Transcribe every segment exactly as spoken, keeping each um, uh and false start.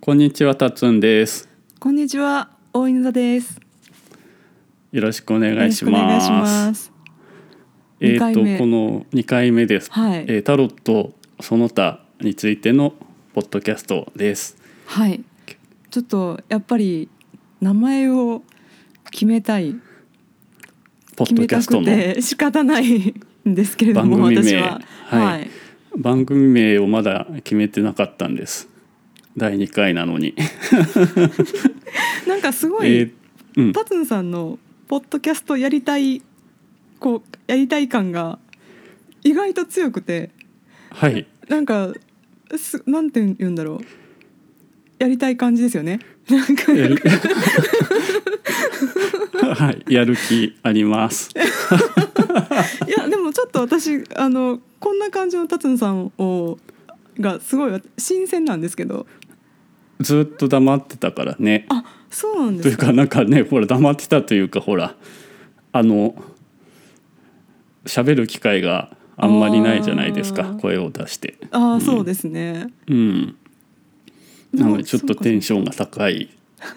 こんにちは、たつんです。 こんにちは、大犬座です。 よろしくお願いします。 よろしくお願いします。 えっ、 にかいめとこのにかいめです。 はいえータロットその他についてのポッドキャストです。 はい。ちょっとやっぱり名前を決めたい、 ポッドキャストの決めたくて仕方ないんですけれども、 番組名私は、 はいはい、 番組名をまだ決めてなかったんです。だいにかいなのに。 なんかすごい、 えーうん、 タツンさんのポッドキャストやりたいこうやりたい感が意外と強くて、 はいなんかすなんて言うんだろう、やりたい感じですよね。なんかやるはい、やる気あります。 いやでもちょっと私あのこんな感じのタツンさんをがすごい新鮮なんですけど。 ずっと黙ってたからね。 あ、そうなんというですか。 かなんかね、ほら黙ってたというか、ほらあの喋る機会があんまりないじゃないですか、声を出して。 ああ、 うん、 そうですね。 うん。なのでちょっとテンションが高い。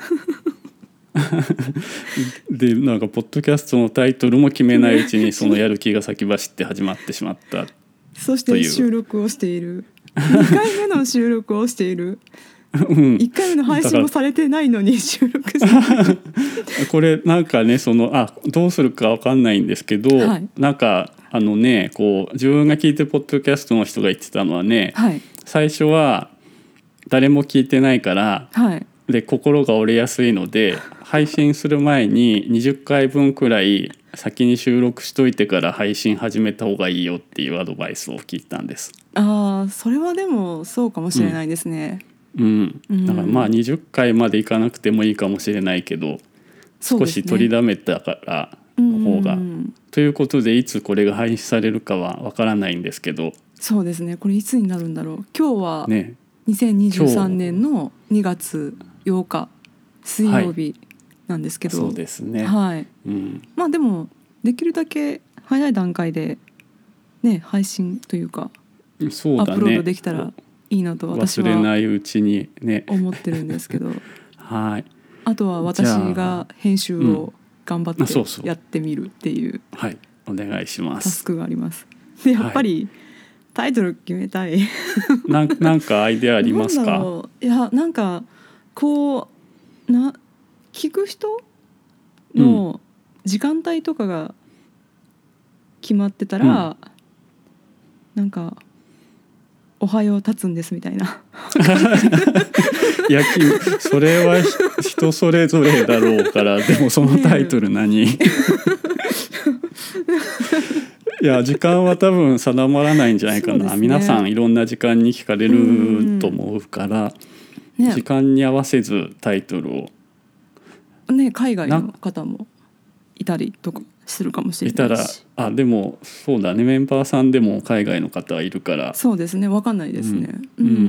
でなんかポッドキャストのタイトルも決めないうちにそのやる気が先走って始まってしまった。 そして収録をしている。にかいめの収録をしている。うん、いっかいめの配信もされてないのに収録してる。 これなんかね、そのあどうするかわかんないんですけど、はい、なんかあのね、こう自分が聞いてるポッドキャストの人が言ってたのはね、はい、最初は誰も聞いてないから、はい、で心が折れやすいので配信する前ににじゅっかいぶんくらい先に収録しといてから配信始めた方がいいよっていうアドバイスを聞いたんです。 ああ、それはでもそうかもしれないですね。 うんうん、だからまあにじゅっかいまでいかなくてもいいかもしれないけど、少し取りだめたからの方が、ね、ということでいつこれが配信されるかはわからないんですけど。 そうですね、これいつになるんだろう。今日はにせんにじゅうさんねんのにがつようか水曜日なんですけど、 はい、そうですね、 はい、うん、まあでもできるだけ早い段階でね配信というかそうだ、ね、 アップロードできたらいいなと私は忘れないうちにね思ってるんですけどはい、 あとは私が編集を頑張ってやってみるっていう、 はい、お願いします。 タスクがあります。でやっぱり、はい、タイトル決めたいな, なんかアイデアありますか？ いやなんかこうな聞く人の時間帯とかが決まってたら、うん、なんかおはよう立つんですみたいな。 いやそれは人それぞれだろうから。でもそのタイトル何？ねいや時間は多分定まらないんじゃないかな、ね、皆さんいろんな時間に聞かれると思うから、うんうん、時間に合わせずタイトルを、 ね、海外の方もいたりとかするかもしれないし、いたらあでもそうだね、メンバーさんでも海外の方はいるから。 そうですね、分かんないですね、 うんうんうん、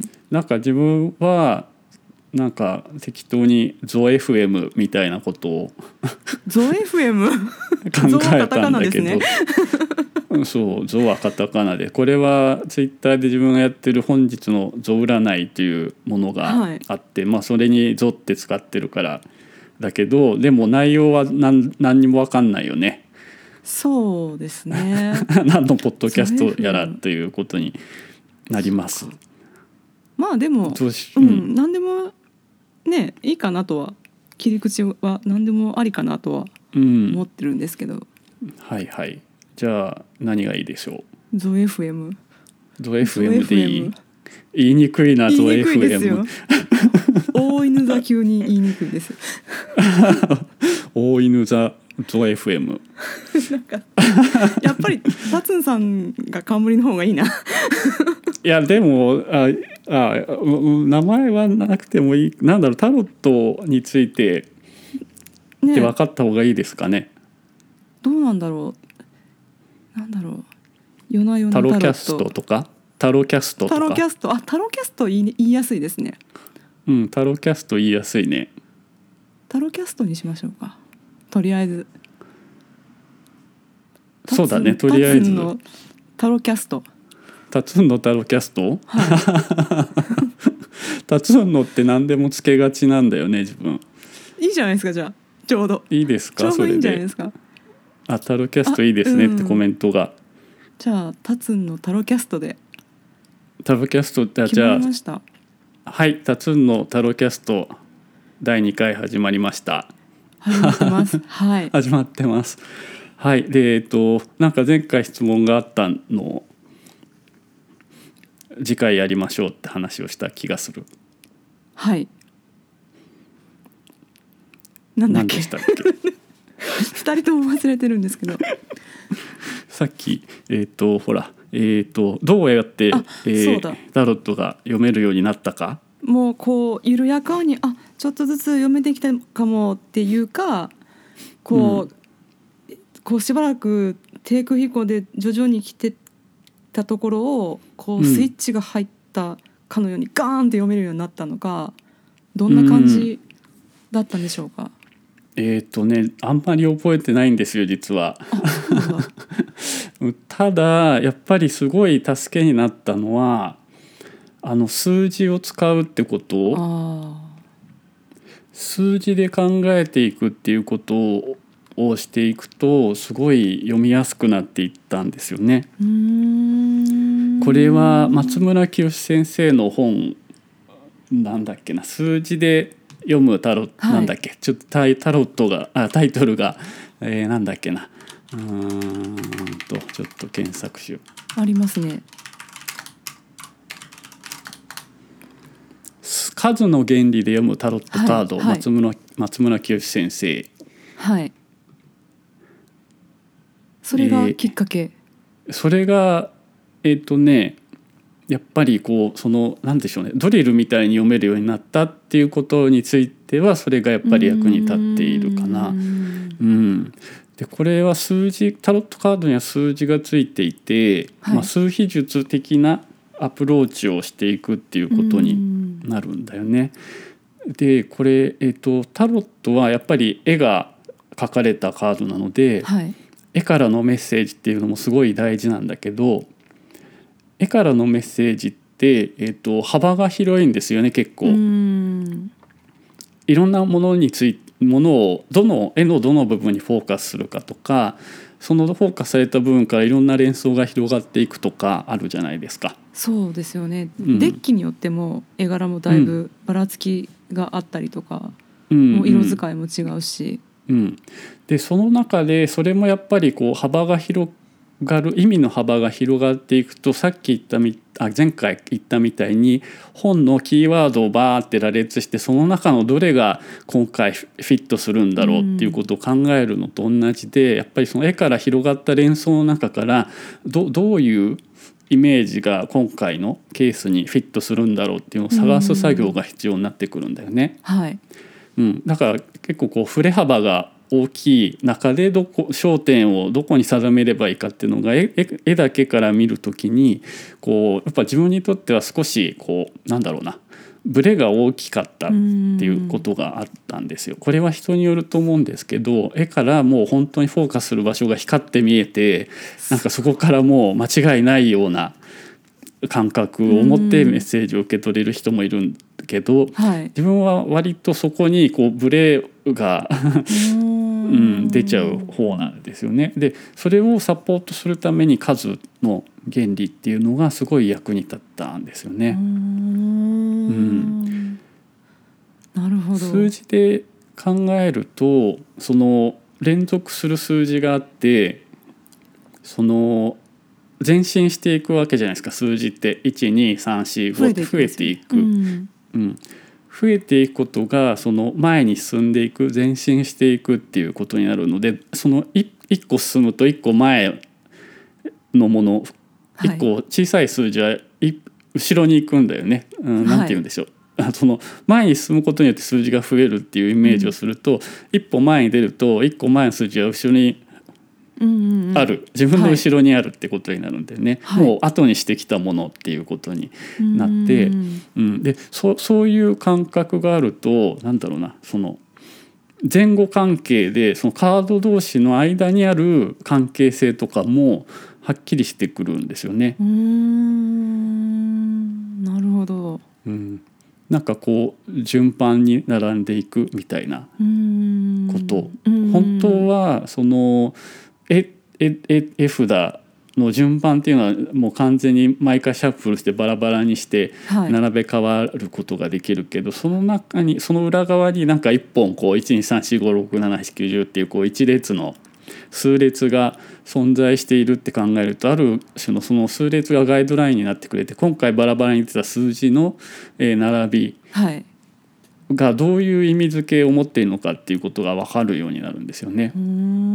なんか自分はなんか適当にゾ エフエム みたいなことをゾ エフエム考えたんだけど、ね、そうゾはカタカナで、これはツイッターで自分がやってる本日のゾ占いというものがあって、はい、まあそれにゾって使ってるからだけど、でも内容は 何, 何にも分かんないよね。 そうですね何のポッドキャストやらということになります。 まあでも、うんうん、何でもねいいかなとは、切り口は何でもありかなとは思ってるんですけど、 うん、はいはい。じゃあ何がいいでしょう？ ゾ エフエムゾ エフエム でいい？言いにくいな。ゾ エフエム言いにくいですよ大犬座急に言いにくいです大犬座ゾ エフエムなんかやっぱりタツンさんが冠の方がいいな。 いやでもああ名前はなくてもいい。なんだろう、タロットについてって分かった方がいいですかね。ね、 どうなんだろう。なんだろう。夜な夜なタロキャストとかタロキャストとかタロキャストあタロキャスト言い、言いやすいですね。 うん、タロキャスト言いやすいね。 タロキャストにしましょうか。とりあえず。 そうだね、とりあえず。 のタロキャスト。 タツンのタロキャスト、はい、 立つのって何でもつけがちなんだよね自分。 いいじゃないですか。じゃあちょうどいいですか。 ちょうどいいんじゃないですか。 あ、タロキャストいいですねってコメントが、うん、 じゃあタツンのタロキャストでタロキャストって決まりました。 はい、タツンのタロキャストだいにかい始まりました。 始まってます。はい。 始まってます。はい。で、えっとなんか前回質問があったのを次回やりましょうって話をした気がする。 はい。なんだっけ。 何でしたっけ。 二人とも忘れてるんですけど。 さっきえっとほらえっとどうやって、えー、タロットが読めるようになったか。 もうこう緩やかにあちょっとずつ読めてきたかもっていうかこう、うん、こうしばらく低空飛行で徐々に来てたところをこうスイッチが入ったかのようにガーンって読めるようになったのかどんな感じだったんでしょうか。うん、 えっとねあんまり覚えてないんですよ実は。ただやっぱりすごい助けになったのはあの数字を使うってこと。 あ数字で考えていくっていうことををしていくとすごい読みやすくなっていったんですよね。 うーんこれは松村清先生の本なんだっけな数字で読むタロット、はい、なんだっけちょっとタイタロットがあタイトルが、えー、なんだっけなうーんとちょっと検索しよう。 ありますね。 数の原理で読むタロットカード、 はいはい、 松村松村清先生。 はい。それがきっかけ。 えー、それがえっ、ー、とねやっぱりこうそのなんでしょうねドリルみたいに読めるようになったっていうことについてはそれがやっぱり役に立っているかな。うん、うん、でこれは数字タロットカードには数字がついていて、はい、まあ、数比術的なアプローチをしていくっていうことになるんだよね。でこれ、えーと、タロットはやっぱり絵が描かれたカードなので、はい、絵からのメッセージっていうのもすごい大事なんだけど絵からのメッセージって、えーと、幅が広いんですよね結構。うーんいろんなものについてものをどの絵のどの部分にフォーカスするかとかそのフォーカスされた部分からいろんな連想が広がっていくとかあるじゃないですか。 そうですよね、うん、デッキによっても絵柄もだいぶばらつきがあったりとか、うん、もう色使いも違うし、 うんうん、でその中でそれもやっぱりこう幅が広がる意味の幅が広がっていくとさっき言ったみあ前回言ったみたいに本のキーワードをバーって羅列してその中のどれが今回フィットするんだろうっていうことを考えるのと同じで、うん、やっぱりその絵から広がった連想の中からど、どういうイメージが今回のケースにフィットするんだろうっていうのを探す作業が必要になってくるんだよね。 うんはいうん、だから結構こう振れ幅が大きい中でどこ焦点をどこに定めればいいかっていうのが 絵, 絵だけから見るときにこうやっぱ自分にとっては少しこうなんだろうなブレが大きかったっていうことがあったんですよ。これは人によると思うんですけど絵からもう本当にフォーカスする場所が光って見えてなんかそこからもう間違いないような感覚を持ってメッセージを受け取れる人もいるんだけど、はい、自分は割とそこにこうブレがうん、出ちゃう方なんですよね。でそれをサポートするために数の原理っていうのがすごい役に立ったんですよね。 うーん、うん、なるほど。 数字で考えるとその連続する数字があってその前進していくわけじゃないですか。数字っていちにさんしごって増えていく、うんうん、増えていくことがその前に進んでいく前進していくっていうことになるのでそのいっこ進むといっこ前のもの、はい、いっこ小さい数字はい後ろに行くんだよね、うん、なんて言うんでしょう、はい、その前に進むことによって数字が増えるっていうイメージをすると、うん、一歩前に出るといっこまえの数字は後ろにうんうんうん、 ある自分の後ろにあるってことになるんだよね、はい、もう後にしてきたものっていうことになって、うんうん、で そ, そういう感覚があるとなんだろうなその前後関係でそのカード同士の間にある関係性とかもはっきりしてくるんですよね。 うーんなるほど、 うん、 なんかこう順番に並んでいくみたいなこと。本当はそのえええ絵札の順番っていうのはもう完全に毎回シャッフルしてバラバラにして並べ替わることができるけど、はい、その中にその裏側になんか一本こういちにさんしごろくななはちきゅうじゅうっていうこう一列の数列が存在しているって考えると、ある種のその数列がガイドラインになってくれて、今回バラバラに出た数字の並びがどういう意味付けを持っているのかっていうことが分かるようになるんですよね。 うーん、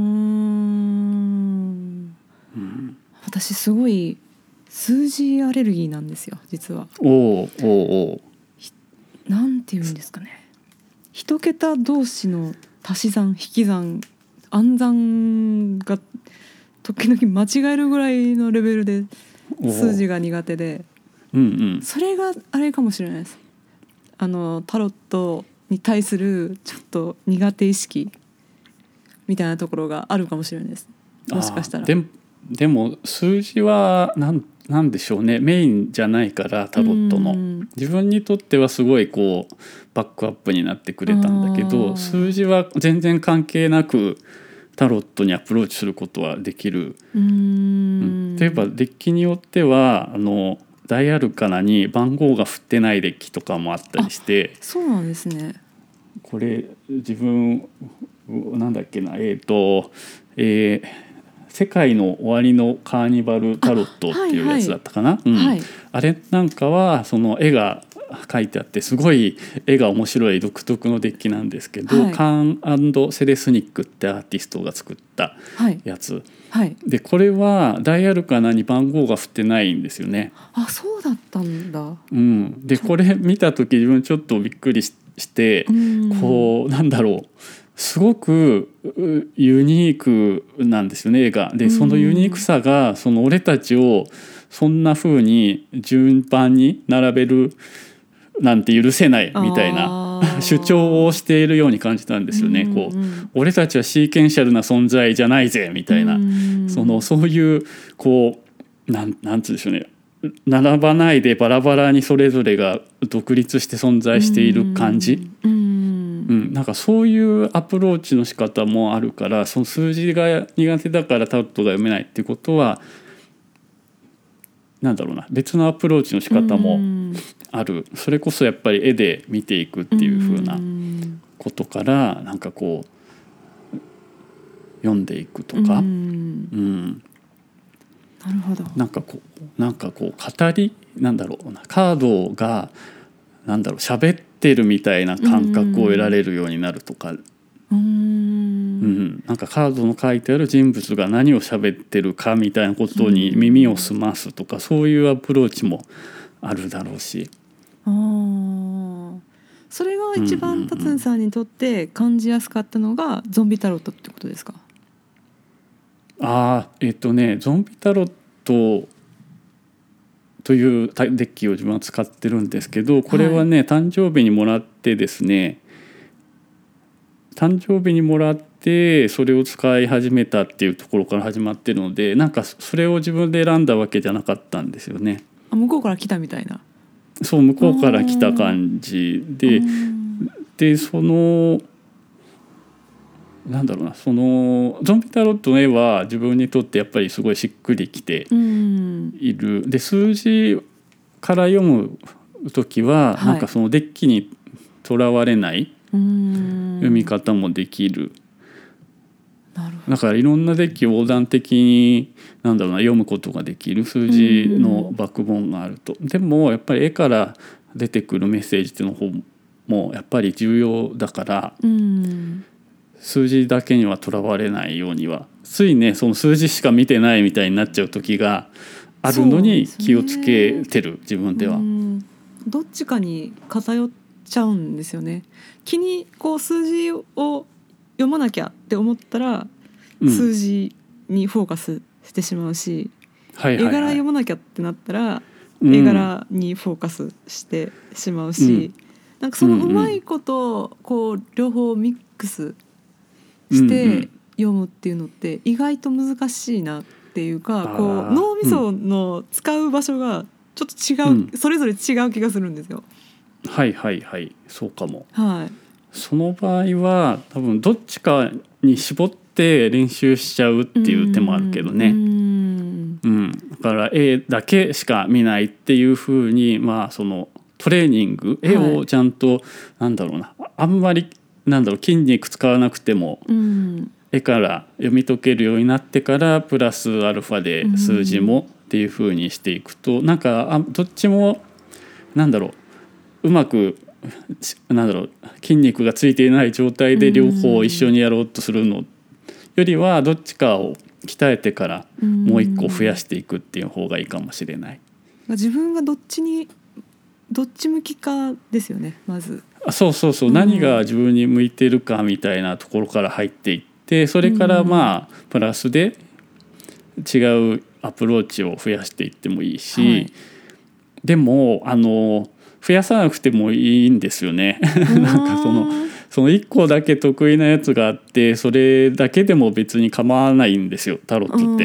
うん、私すごい数字アレルギーなんですよ実は。 おうおうおうなんていうんですかね、一桁同士の足し算引き算暗算が時々間違えるぐらいのレベルで数字が苦手で、 うんうん、 それがあれかもしれないです。あのタロットに対するちょっと苦手意識みたいなところがあるかもしれないです。もしかしたら。 で、でも数字はなんなんでしょうね、メインじゃないからタロットの自分にとってはすごいこうバックアップになってくれたんだけど、数字は全然関係なくタロットにアプローチすることはできる。 うーん、 例えばデッキによってはあの大アルカナに番号が振ってないデッキとかもあったりして。 そうなんですね。 これ自分なんだっけなえっ、ー、と、えー、世界の終わりのカーニバルタロットっていうやつだったかな。あ、はいはい、うんはい、あれなんかはその絵が書いてあってすごい絵が面白い独特のデッキなんですけど、はい、カーン&セレスニックってアーティストが作ったやつ、 はいはい、 でこれは大アルカナに番号が振ってないんですよね。 あ、そうだったんだ、 うん、でこれ見た時自分ちょっとびっくりして、こうなんだろうすごくユニークなんですよね絵が。でそのユニークさがその俺たちをそんな風に順番に並べるなんて許せないみたいな主張をしているように感じたんですよね。こう俺たちはシーケンシャルな存在じゃないぜみたいな、そのそういうこうなんなんつうんでしょうね、並ばないでバラバラにそれぞれが独立して存在している感じ、うん、なんかそういうアプローチの仕方もあるから、その数字が苦手だからタロットが読めないっていうことはなんだろうな、別のアプローチの仕方もある。それこそやっぱり絵で見ていくっていう風なことからなんかこう読んでいくとか、うん、うん、 なるほど。 なんかこうなんかこう語りなんだろうな、カードがなんだろう喋ってるみたいな感覚を得られるようになるとか、うん、うん、なんかカードの書いてある人物が何を喋ってるかみたいなことに耳を澄ますとか、そういうアプローチもあるだろうし、 あ、それが一番タツンさんにとって感じやすかったのがゾンビタロットってことですか？ ああ、えっとねゾンビタロットというデッキを自分は使ってるんですけど、これはね、はい、誕生日にもらってですね、誕生日にもらってそれを使い始めたっていうところから始まってるので、なんかそれを自分で選んだわけじゃなかったんですよね。 あ、向こうから来たみたいな。 そう、向こうから来た感じで、でそのなんだろうな、そのゾンビタロットの絵は自分にとってやっぱりすごいしっくりきている。で数字から読む時はなんかそのデッキにとらわれない読み方もできる。 なるほど。 だからいろんなデッキを横断的になんだろうな読むことができる数字のバックボーンがあると。でもやっぱり絵から出てくるメッセージっていうの方もやっぱり重要だから、うん数字だけにはとらわれないようには、ついねその数字しか見てないみたいになっちゃう時があるのに気をつけてる、自分では。 うんどっちかに偏っちゃうんですよね。気にこう数字を読まなきゃって思ったら、うん、数字にフォーカスしてしまうし、はいはいはい、絵柄読まなきゃってなったら、うん、絵柄にフォーカスしてしまうし、うん、なんかそのうまいことこう両方ミックスして読むっていうのって意外と難しいなっていうか、こう脳みその使う場所がちょっと違う、うん、それぞれ違う気がするんですよ。 はいはいはい、そうかも。 はい、 その場合は多分どっちかに絞って練習しちゃうっていう手もあるけどね。うん、うん、だから 絵だけしか見ないっていう風に、まあそのトレーニング、絵をちゃんと、はい、なんだろうな、あんまりなんだろう筋肉使わなくても、うん、絵から読み解けるようになってからプラスアルファで数字もっていう風にしていくと、なんかあどっちもなんだろううまくなんだろう筋肉がついていない状態で両方一緒にやろうとするのよりはどっちかを鍛えてからもう一個増やしていくっていう方がいいかもしれない。 自分がどっちにどっち向きかですよね、まず。 そうそうそう、何が自分に向いてるかみたいなところから入っていって、それからまあプラスで違うアプローチを増やしていってもいいし、はい、でもあの増やさなくてもいいんですよねなんかそのそのいっこだけ得意なやつがあってそれだけでも別に構わないんですよ、タロットって。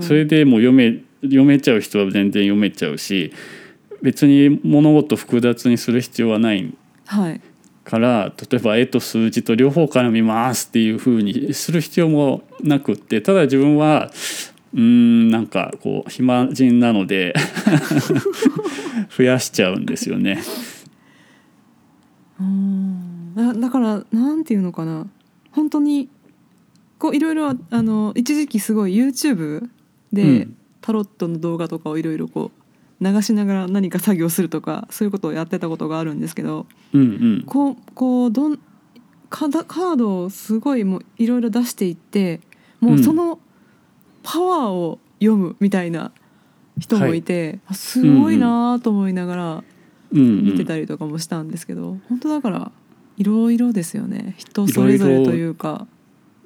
それでもう読め読めちゃう人は全然読めちゃうし、別に物事複雑にする必要はないから、はい、例えば絵と数字と両方から見ますっていう風にする必要もなくって、ただ自分はうーんなんかこう暇人なので増やしちゃうんですよね。 うーん だ, だからなんていうのかな、本当にこういろいろあの一時期すごい YouTube でタロットの動画とかをいろいろこう流しながら何か作業するとかそういうことをやってたことがあるんですけど、うんうん、こうこうどんカードをすごいもういろいろ出していってもうそのパワーを読むみたいな人もいて、はい、すごいなと思いながら見てたりとかもしたんですけど、うんうん、本当だからいろいろですよね、人それぞれというか。 うん、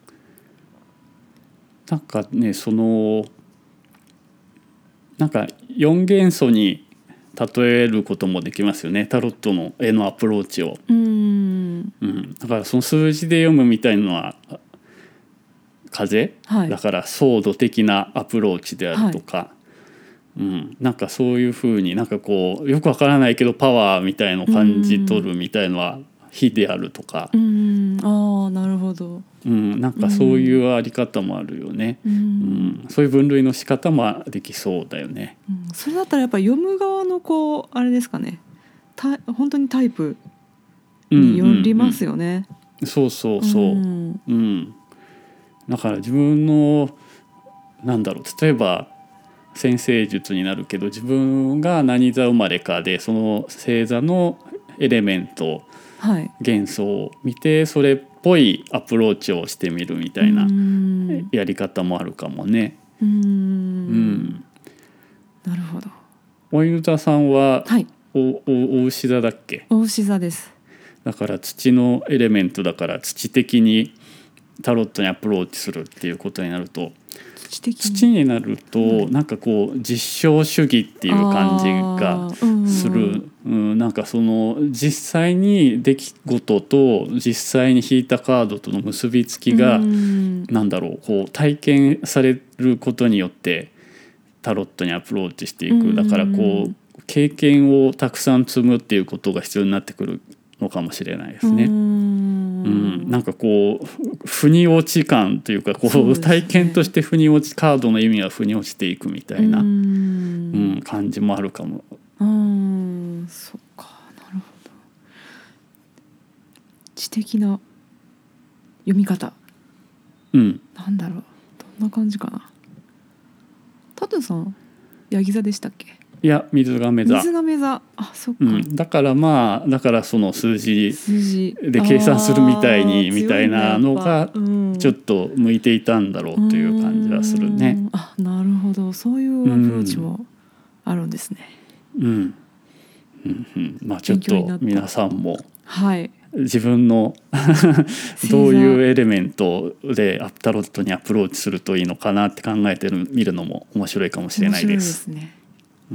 なんかねそのなんかよん元素に例えることもできますよね、タロットの絵のアプローチを。うん、うん、だからその数字で読むみたいのは風、はい、だからソード的なアプローチであるとか、はいうん、なんかそういう風になんかこうよくわからないけどパワーみたいのを感じ取るみたいのは火であるとか、 うん、ああなるほど、 うん、なんかそういうあり方もあるよね、うんうん、そういう分類の仕方もできそうだよね、 うん、それだったらやっぱ読む側のこうあれですかね、た本当にタイプによりますよね、 うんうんうん、そうそうそう、うんうん、だから自分のなんだろう例えば占星術になるけど自分が何座生まれかでその星座のエレメント、はい、元素を見てそれっぽいアプローチをしてみるみたいなやり方もあるかもね。うーん、うん、 なるほど。 おゆ座さんは、はい、お, お, お牛座だっけ？ お牛座です。 だから土のエレメントだから土的にタロットにアプローチするっていうことになると土になるとなんかこう実証主義っていう感じがする、うん、なんかその実際に出来事と実際に引いたカードとの結びつきがなんだろうこう体験されることによってタロットにアプローチしていく。だからこう経験をたくさん積むっていうことが必要になってくるのかもしれないですね。うん、なんかこう腑に落ち感というかこう体験として腑に落ちカードの意味は腑に落ちていくみたいな、うん、うん、感じもあるかも。 うん、そっか、なるほど。知的な読み方、うん、なんだろうどんな感じかな。タトゥさんヤギ座でしたっけ？ いや水亀座。 水亀座、あ、そっか、 うん、だからまあだからその数字で計算するみたいにみたいなのがちょっと向いていたんだろうという感じはするね。 あ、なるほど、そういうアプローチもあるんですね。うん、 うんうん、まあちょっと皆さんも自分のどういうエレメントでタロットにアプローチするといいのかなって考えてみるのも面白いかもしれないです。 面白いですね。うん、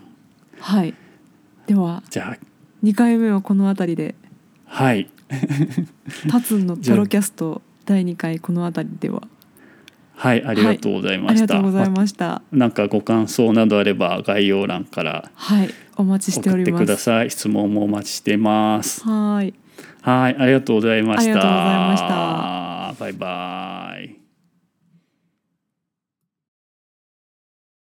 はい、ではじゃあにかいめはこのあたりで、 はいタツンのタロキャストだいにかいこのあたりでは、 はいありがとうございました、はい、 ありがとうございました。 なんかご感想などあれば概要欄から、 はい、 お待ちしております。 送ってください。質問もお待ちしてます。 はい。 はい、ありがとうございました。 ありがとうございました。 バイバイ。